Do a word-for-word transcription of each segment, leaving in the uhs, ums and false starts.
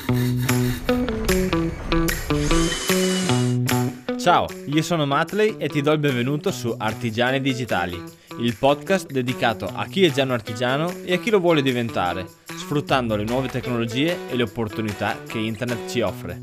Ciao, io sono Matley e ti do il benvenuto su Artigiani Digitali, il podcast dedicato a chi è già un artigiano e a chi lo vuole diventare, sfruttando le nuove tecnologie e le opportunità che internet ci offre.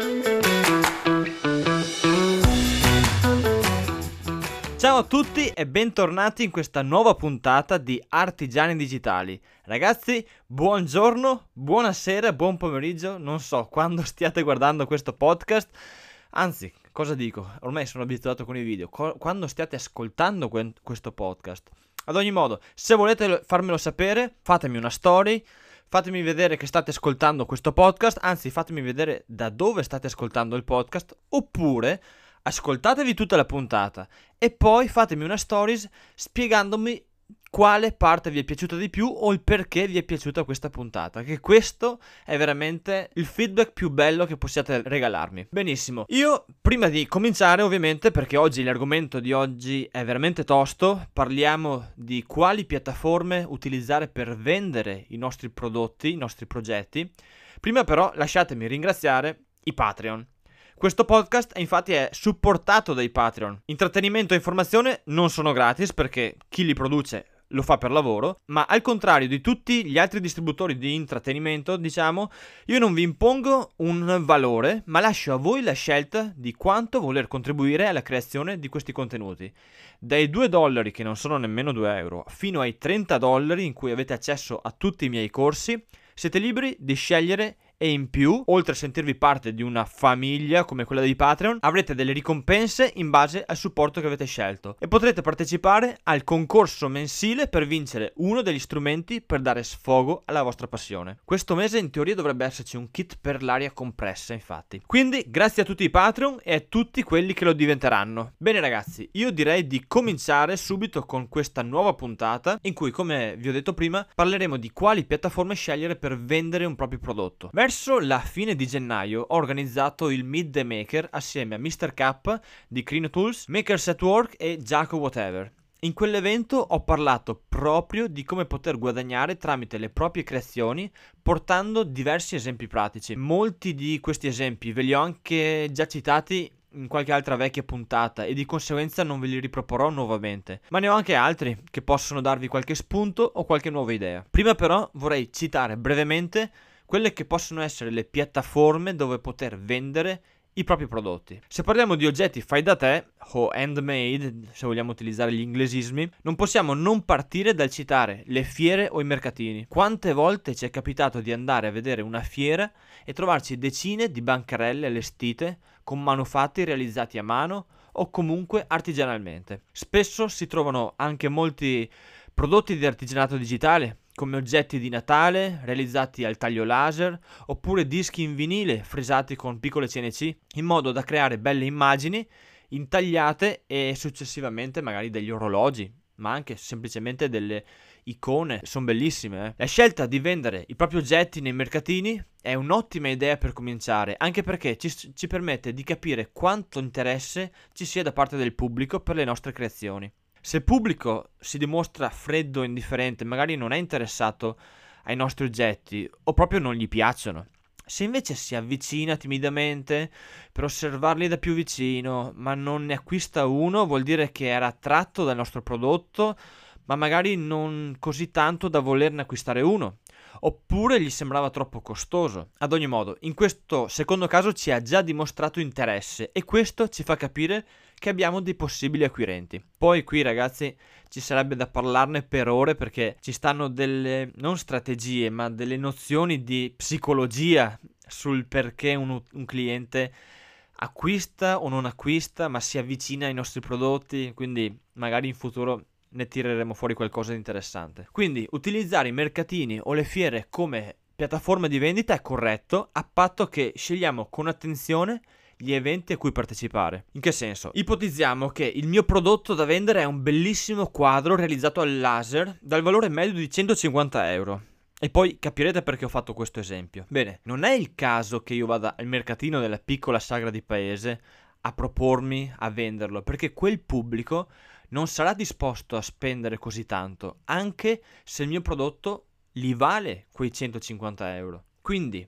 Ciao a tutti e bentornati in questa nuova puntata di Artigiani Digitali. Ragazzi, buongiorno, buonasera, buon pomeriggio, non so quando stiate guardando questo podcast, anzi, cosa dico? Ormai sono abituato con i video, Co- quando stiate ascoltando que- questo podcast. Ad ogni modo, se volete farmelo sapere, fatemi una story, fatemi vedere che state ascoltando questo podcast, anzi fatemi vedere da dove state ascoltando il podcast, oppure ascoltatevi tutta la puntata e poi fatemi una stories spiegandomi quale parte vi è piaciuta di più o il perché vi è piaciuta questa puntata, che questo è veramente il feedback più bello che possiate regalarmi. Benissimo, io prima di cominciare, ovviamente, perché oggi l'argomento di oggi è veramente tosto, parliamo di quali piattaforme utilizzare per vendere i nostri prodotti, i nostri progetti. Prima però lasciatemi ringraziare i Patreon. Questo podcast infatti è supportato dai Patreon. Intrattenimento e informazione non sono gratis perché chi li produce lo fa per lavoro, ma al contrario di tutti gli altri distributori di intrattenimento, diciamo, io non vi impongo un valore, ma lascio a voi la scelta di quanto voler contribuire alla creazione di questi contenuti. Dai due dollari, che non sono nemmeno due euro, fino ai trenta dollari in cui avete accesso a tutti i miei corsi, siete liberi di scegliere. E in più, oltre a sentirvi parte di una famiglia come quella di Patreon, avrete delle ricompense in base al supporto che avete scelto e potrete partecipare al concorso mensile per vincere uno degli strumenti per dare sfogo alla vostra passione. Questo mese in teoria dovrebbe esserci un kit per l'aria compressa, infatti. Quindi grazie a tutti i Patreon e a tutti quelli che lo diventeranno. Bene ragazzi, io direi di cominciare subito con questa nuova puntata in cui, come vi ho detto prima, parleremo di quali piattaforme scegliere per vendere un proprio prodotto. Verso la fine di gennaio ho organizzato il Meet the Maker assieme a mister K di Crino Tools, Makers at Work e Jaco Whatever. In quell'evento ho parlato proprio di come poter guadagnare tramite le proprie creazioni portando diversi esempi pratici. Molti di questi esempi ve li ho anche già citati in qualche altra vecchia puntata e di conseguenza non ve li riproporrò nuovamente, ma ne ho anche altri che possono darvi qualche spunto o qualche nuova idea. Prima però vorrei citare brevemente quelle che possono essere le piattaforme dove poter vendere i propri prodotti. Se parliamo di oggetti fai da te o handmade, se vogliamo utilizzare gli inglesismi, non possiamo non partire dal citare le fiere o i mercatini. Quante volte ci è capitato di andare a vedere una fiera e trovarci decine di bancarelle allestite con manufatti realizzati a mano o comunque artigianalmente. Spesso si trovano anche molti prodotti di artigianato digitale, come oggetti di Natale realizzati al taglio laser, oppure dischi in vinile fresati con piccole C N C, in modo da creare belle immagini intagliate e successivamente magari degli orologi, ma anche semplicemente delle icone. Sono bellissime, eh? La scelta di vendere i propri oggetti nei mercatini è un'ottima idea per cominciare, anche perché ci, ci permette di capire quanto interesse ci sia da parte del pubblico per le nostre creazioni. Se il pubblico si dimostra freddo e indifferente, magari non è interessato ai nostri oggetti o proprio non gli piacciono. Se invece si avvicina timidamente per osservarli da più vicino, ma non ne acquista uno, vuol dire che era attratto dal nostro prodotto, ma magari non così tanto da volerne acquistare uno. Oppure gli sembrava troppo costoso. Ad ogni modo, in questo secondo caso ci ha già dimostrato interesse e questo ci fa capire che abbiamo dei possibili acquirenti. Poi qui ragazzi ci sarebbe da parlarne per ore perché ci stanno delle non strategie ma delle nozioni di psicologia sul perché un, un cliente acquista o non acquista ma si avvicina ai nostri prodotti, quindi magari in futuro ne tireremo fuori qualcosa di interessante. Quindi utilizzare i mercatini o le fiere come piattaforma di vendita è corretto a patto che scegliamo con attenzione gli eventi a cui partecipare. In che senso? Ipotizziamo che il mio prodotto da vendere è un bellissimo quadro realizzato al laser dal valore medio di centocinquanta euro. E poi capirete perché ho fatto questo esempio. Bene, non è il caso che io vada al mercatino della piccola sagra di paese a propormi a venderlo, perché quel pubblico non sarà disposto a spendere così tanto, anche se il mio prodotto gli vale quei centocinquanta euro. Quindi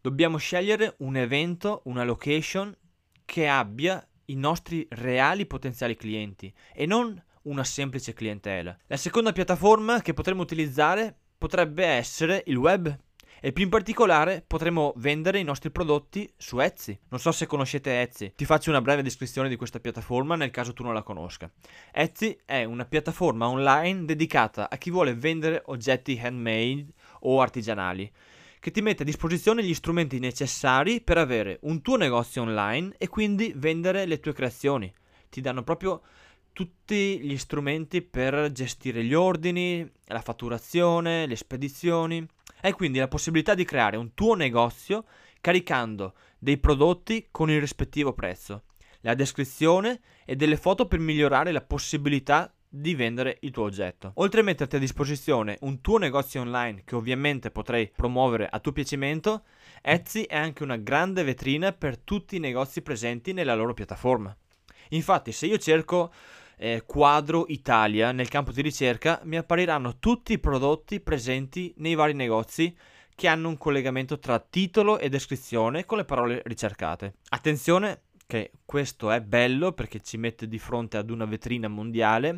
Dobbiamo scegliere un evento, una location che abbia i nostri reali potenziali clienti e non una semplice clientela. La seconda piattaforma che potremmo utilizzare potrebbe essere il web. E più in particolare potremo vendere i nostri prodotti su Etsy. Non so se conoscete Etsy, ti faccio una breve descrizione di questa piattaforma nel caso tu non la conosca. Etsy è una piattaforma online dedicata a chi vuole vendere oggetti handmade o artigianali, che ti mette a disposizione gli strumenti necessari per avere un tuo negozio online e quindi vendere le tue creazioni. Ti danno proprio tutti gli strumenti per gestire gli ordini, la fatturazione, le spedizioni. Hai quindi la possibilità di creare un tuo negozio caricando dei prodotti con il rispettivo prezzo, la descrizione e delle foto per migliorare la possibilità di vendere il tuo oggetto. Oltre a metterti a disposizione un tuo negozio online che ovviamente potrai promuovere a tuo piacimento, Etsy è anche una grande vetrina per tutti i negozi presenti nella loro piattaforma. Infatti, se io cerco eh, quadro Italia nel campo di ricerca, mi appariranno tutti i prodotti presenti nei vari negozi che hanno un collegamento tra titolo e descrizione con le parole ricercate. Attenzione che questo è bello perché ci mette di fronte ad una vetrina mondiale,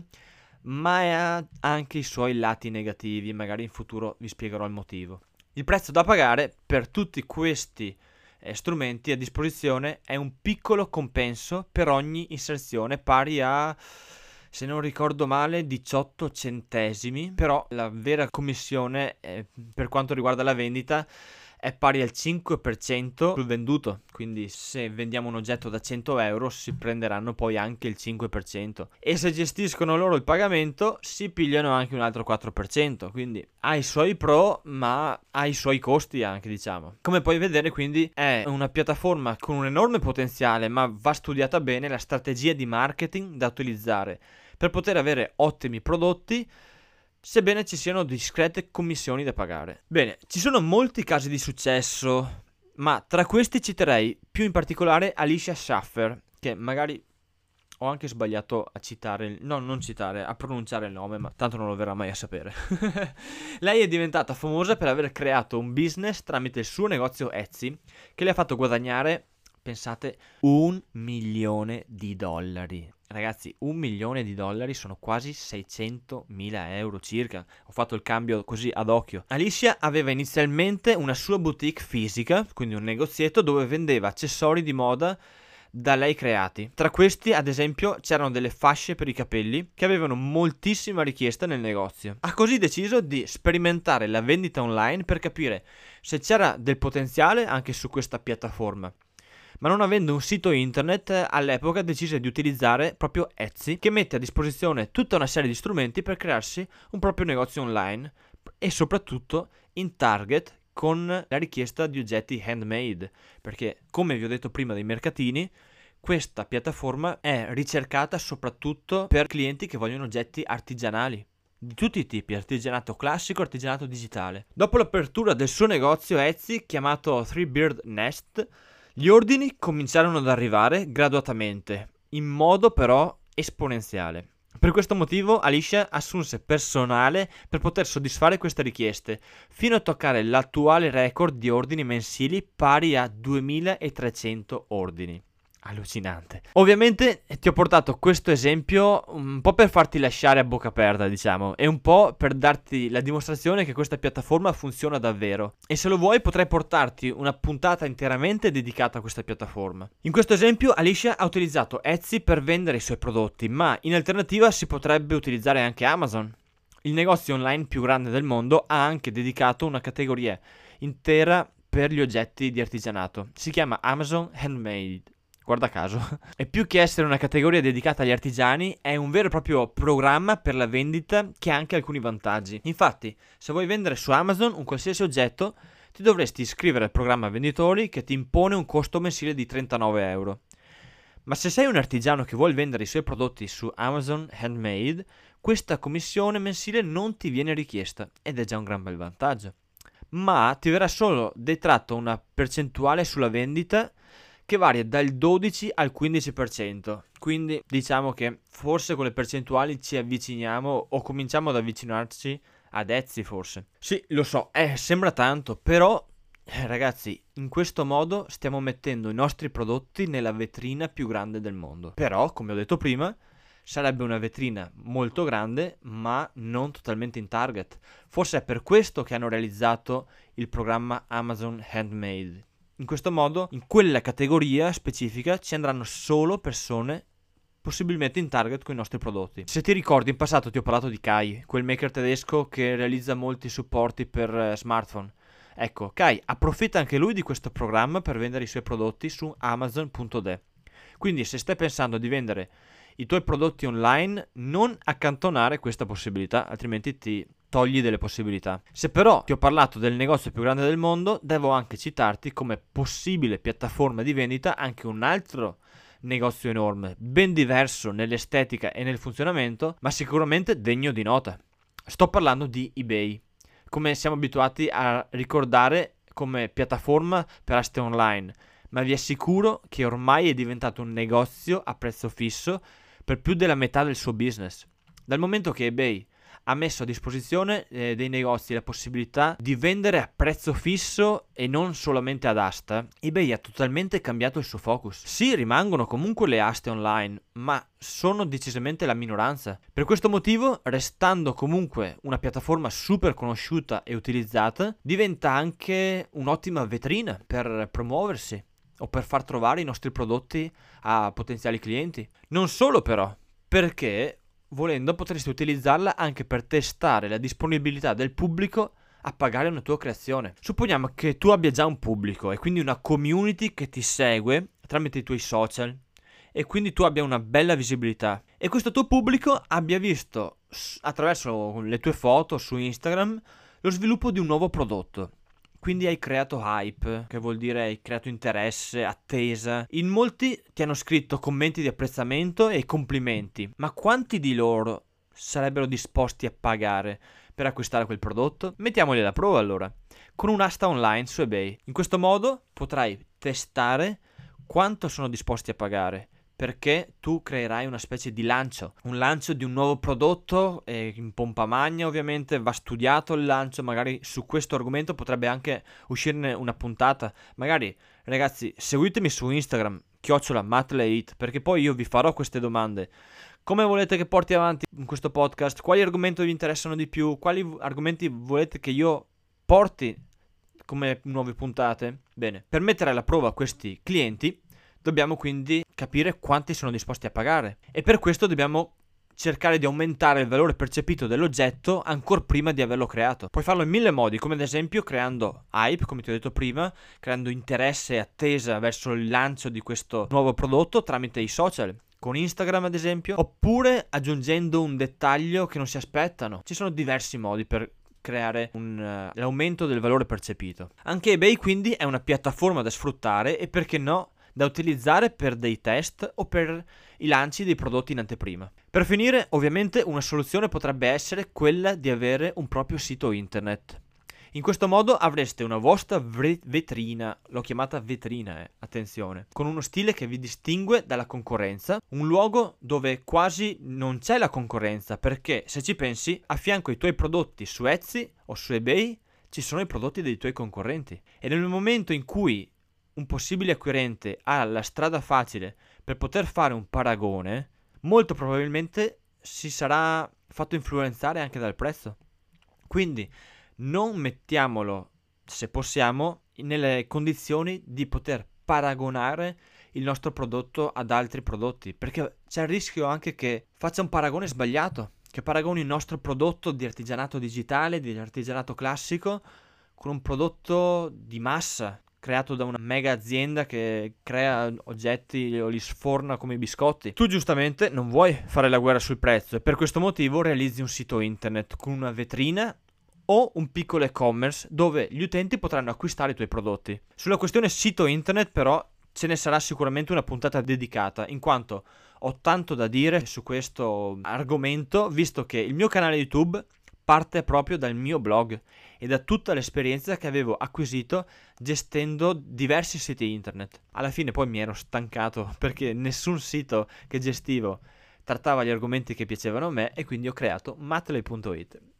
ma ha anche i suoi lati negativi, magari in futuro vi spiegherò il motivo. Il prezzo da pagare per tutti questi eh, strumenti a disposizione è un piccolo compenso per ogni inserzione pari a, se non ricordo male, diciotto centesimi, però la vera commissione eh, per quanto riguarda la vendita è pari al cinque per cento sul venduto, quindi se vendiamo un oggetto da cento euro si prenderanno poi anche il cinque per cento e se gestiscono loro il pagamento si pigliano anche un altro quattro per cento, quindi ha i suoi pro ma ha i suoi costi anche, diciamo. Come puoi vedere, quindi è una piattaforma con un enorme potenziale, ma va studiata bene la strategia di marketing da utilizzare per poter avere ottimi prodotti, sebbene ci siano discrete commissioni da pagare. Bene, ci sono molti casi di successo, ma tra questi citerei più in particolare Alicia Schaffer, che magari ho anche sbagliato a citare, no, non citare, a pronunciare il nome, ma tanto non lo verrà mai a sapere. Lei è diventata famosa per aver creato un business tramite il suo negozio Etsy, che le ha fatto guadagnare, pensate, un milione di dollari. Ragazzi, un milione di dollari sono quasi seicentomila euro circa. Ho fatto il cambio così ad occhio. Alicia aveva inizialmente una sua boutique fisica, quindi un negozietto dove vendeva accessori di moda da lei creati. Tra questi, ad esempio, c'erano delle fasce per i capelli che avevano moltissima richiesta nel negozio. Ha così deciso di sperimentare la vendita online per capire se c'era del potenziale anche su questa piattaforma. Ma non avendo un sito internet, all'epoca decise di utilizzare proprio Etsy, che mette a disposizione tutta una serie di strumenti per crearsi un proprio negozio online e soprattutto in target con la richiesta di oggetti handmade, perché come vi ho detto prima dei mercatini, questa piattaforma è ricercata soprattutto per clienti che vogliono oggetti artigianali di tutti i tipi, artigianato classico, artigianato digitale. Dopo l'apertura del suo negozio Etsy, chiamato Three Bird Nest, gli ordini cominciarono ad arrivare graduatamente, in modo però esponenziale. Per questo motivo Alicia assunse personale per poter soddisfare queste richieste, fino a toccare l'attuale record di ordini mensili pari a duemilatrecento ordini. Allucinante. Ovviamente ti ho portato questo esempio un po' per farti lasciare a bocca aperta, diciamo, e un po' per darti la dimostrazione che questa piattaforma funziona davvero. E se lo vuoi potrei portarti una puntata interamente dedicata a questa piattaforma. In questo esempio Alicia ha utilizzato Etsy per vendere i suoi prodotti, ma in alternativa si potrebbe utilizzare anche Amazon. Il negozio online più grande del mondo ha anche dedicato una categoria intera per gli oggetti di artigianato. Si chiama Amazon Handmade. Guarda caso. E più che essere una categoria dedicata agli artigiani, è un vero e proprio programma per la vendita che ha anche alcuni vantaggi. Infatti, se vuoi vendere su Amazon un qualsiasi oggetto, ti dovresti iscrivere al programma venditori che ti impone un costo mensile di trentanove euro. Ma se sei un artigiano che vuole vendere i suoi prodotti su Amazon Handmade, questa commissione mensile non ti viene richiesta ed è già un gran bel vantaggio. Ma ti verrà solo detratto una percentuale sulla vendita che varia dal dodici al quindici per cento. Quindi diciamo che forse con le percentuali ci avviciniamo o cominciamo ad avvicinarci ad Etsy forse. Sì, lo so, eh, sembra tanto, però Eh, ragazzi, in questo modo stiamo mettendo i nostri prodotti nella vetrina più grande del mondo. Però, come ho detto prima, sarebbe una vetrina molto grande, ma non totalmente in target. Forse è per questo che hanno realizzato il programma Amazon Handmade. In questo modo, in quella categoria specifica ci andranno solo persone possibilmente in target con i nostri prodotti. Se ti ricordi, in passato ti ho parlato di Kai, quel maker tedesco che realizza molti supporti per eh, smartphone. Ecco, Kai approfitta anche lui di questo programma per vendere i suoi prodotti su amazon punto de. Quindi se stai pensando di vendere i tuoi prodotti online, non accantonare questa possibilità, altrimenti ti togli delle possibilità. Se però ti ho parlato del negozio più grande del mondo, devo anche citarti come possibile piattaforma di vendita anche un altro negozio enorme, ben diverso nell'estetica e nel funzionamento, ma sicuramente degno di nota. Sto parlando di eBay, come siamo abituati a ricordare come piattaforma per aste online, ma vi assicuro che ormai è diventato un negozio a prezzo fisso per più della metà del suo business, dal momento che eBay ha messo a disposizione eh, dei negozi la possibilità di vendere a prezzo fisso e non solamente ad asta. eBay ha totalmente cambiato il suo focus. Sì, rimangono comunque le aste online, ma sono decisamente la minoranza. Per questo motivo, restando comunque una piattaforma super conosciuta e utilizzata, diventa anche un'ottima vetrina per promuoversi o per far trovare i nostri prodotti a potenziali clienti. Non solo però, perché volendo potresti utilizzarla anche per testare la disponibilità del pubblico a pagare una tua creazione. Supponiamo che tu abbia già un pubblico e quindi una community che ti segue tramite i tuoi social e quindi tu abbia una bella visibilità e questo tuo pubblico abbia visto attraverso le tue foto su Instagram lo sviluppo di un nuovo prodotto. Quindi hai creato hype, che vuol dire hai creato interesse, attesa. In molti ti hanno scritto commenti di apprezzamento e complimenti, ma quanti di loro sarebbero disposti a pagare per acquistare quel prodotto? Mettiamoli alla prova allora, con un'asta online su eBay. In questo modo potrai testare quanto sono disposti a pagare, perché tu creerai una specie di lancio, un lancio di un nuovo prodotto eh, in pompa magna. Ovviamente va studiato il lancio, magari su questo argomento potrebbe anche uscirne una puntata. Magari ragazzi seguitemi su Instagram, chiocciola matleit, perché poi io vi farò queste domande. Come volete che porti avanti in questo podcast? Quali argomenti vi interessano di più? Quali argomenti volete che io porti come nuove puntate? Bene, per mettere alla prova questi clienti dobbiamo quindi capire quanti sono disposti a pagare e per questo dobbiamo cercare di aumentare il valore percepito dell'oggetto ancora prima di averlo creato. Puoi farlo in mille modi, come ad esempio creando hype, come ti ho detto prima, creando interesse e attesa verso il lancio di questo nuovo prodotto tramite i social, con Instagram ad esempio, oppure aggiungendo un dettaglio che non si aspettano. Ci sono diversi modi per creare un, uh, l'aumento del valore percepito. Anche eBay quindi è una piattaforma da sfruttare e perché no da utilizzare per dei test o per i lanci dei prodotti in anteprima. Per finire, ovviamente una soluzione potrebbe essere quella di avere un proprio sito internet. In questo modo avreste una vostra vetrina, l'ho chiamata vetrina, eh, attenzione, con uno stile che vi distingue dalla concorrenza, un luogo dove quasi non c'è la concorrenza, perché se ci pensi, a fianco ai tuoi prodotti su Etsy o su eBay ci sono i prodotti dei tuoi concorrenti e nel momento in cui un possibile acquirente ha la strada facile per poter fare un paragone, molto probabilmente si sarà fatto influenzare anche dal prezzo. Quindi non mettiamolo, se possiamo, nelle condizioni di poter paragonare il nostro prodotto ad altri prodotti, perché c'è il rischio anche che faccia un paragone sbagliato, che paragoni il nostro prodotto di artigianato digitale, di artigianato classico, con un prodotto di massa, creato da una mega azienda che crea oggetti o li sforna come i biscotti. Tu giustamente non vuoi fare la guerra sul prezzo e per questo motivo realizzi un sito internet con una vetrina o un piccolo e-commerce dove gli utenti potranno acquistare i tuoi prodotti. Sulla questione sito internet però ce ne sarà sicuramente una puntata dedicata, in quanto ho tanto da dire su questo argomento, visto che il mio canale YouTube parte proprio dal mio blog e da tutta l'esperienza che avevo acquisito gestendo diversi siti internet. Alla fine poi mi ero stancato perché nessun sito che gestivo trattava gli argomenti che piacevano a me e quindi ho creato matley punto it.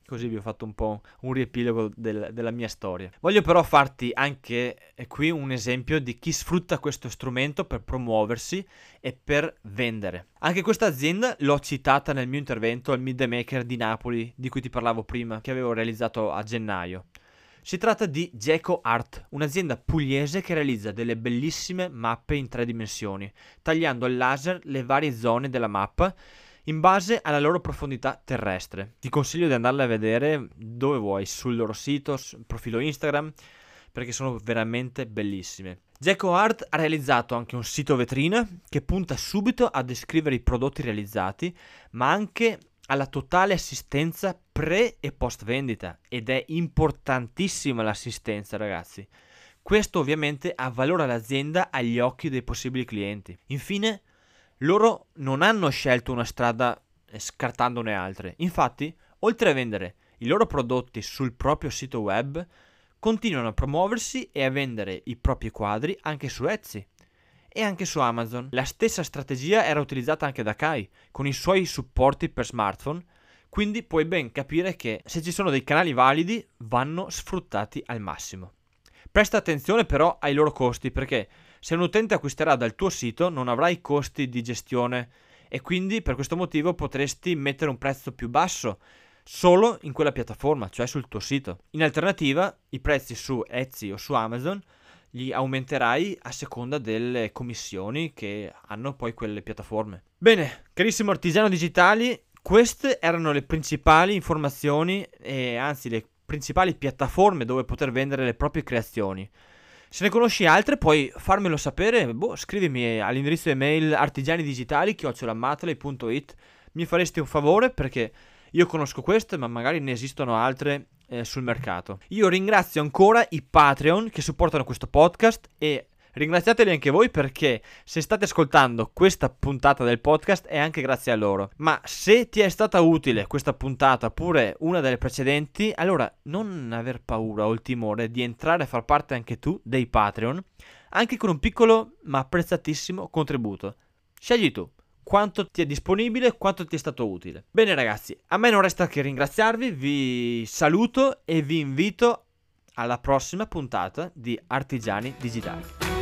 Così vi ho fatto un po' un riepilogo del, della mia storia. Voglio però farti anche eh, qui un esempio di chi sfrutta questo strumento per promuoversi e per vendere. Anche questa azienda l'ho citata nel mio intervento al Meet the Maker di Napoli, di cui ti parlavo prima, che avevo realizzato a gennaio. Si tratta di Geco Art, un'azienda pugliese che realizza delle bellissime mappe in tre dimensioni, tagliando al laser le varie zone della mappa in base alla loro profondità terrestre. Ti consiglio di andarle a vedere dove vuoi, sul loro sito, sul profilo Instagram, perché sono veramente bellissime. Geco Art ha realizzato anche un sito vetrina che punta subito a descrivere i prodotti realizzati, ma anche alla totale assistenza pre e post vendita, ed è importantissima l'assistenza, ragazzi. Questo ovviamente avvalora l'azienda agli occhi dei possibili clienti. Infine, loro non hanno scelto una strada scartandone altre. Infatti, oltre a vendere i loro prodotti sul proprio sito web, continuano a promuoversi e a vendere i propri quadri anche su Etsy e anche su Amazon. La stessa strategia era utilizzata anche da Kai con i suoi supporti per smartphone, quindi puoi ben capire che se ci sono dei canali validi vanno sfruttati al massimo. Presta attenzione però ai loro costi, perché se un utente acquisterà dal tuo sito non avrai costi di gestione e quindi per questo motivo potresti mettere un prezzo più basso solo in quella piattaforma, cioè sul tuo sito. In alternativa, i prezzi su Etsy o su Amazon li aumenterai a seconda delle commissioni che hanno poi quelle piattaforme. Bene, carissimo artigiano digitali, queste erano le principali informazioni e anzi le principali piattaforme dove poter vendere le proprie creazioni. Se ne conosci altre puoi farmelo sapere, boh, scrivimi all'indirizzo email artigianidigitali chiocciola matley punto it. Mi faresti un favore, perché io conosco queste ma magari ne esistono altre eh, sul mercato. Io ringrazio ancora i Patreon che supportano questo podcast e ringraziateli anche voi, perché se state ascoltando questa puntata del podcast è anche grazie a loro. Ma se ti è stata utile questa puntata oppure una delle precedenti, allora non aver paura o il timore di entrare a far parte anche tu dei Patreon, anche con un piccolo ma apprezzatissimo contributo. Scegli tu quanto ti è disponibile, quanto ti è stato utile. Bene ragazzi, a me non resta che ringraziarvi, vi saluto e vi invito alla prossima puntata di Artigiani Digitali.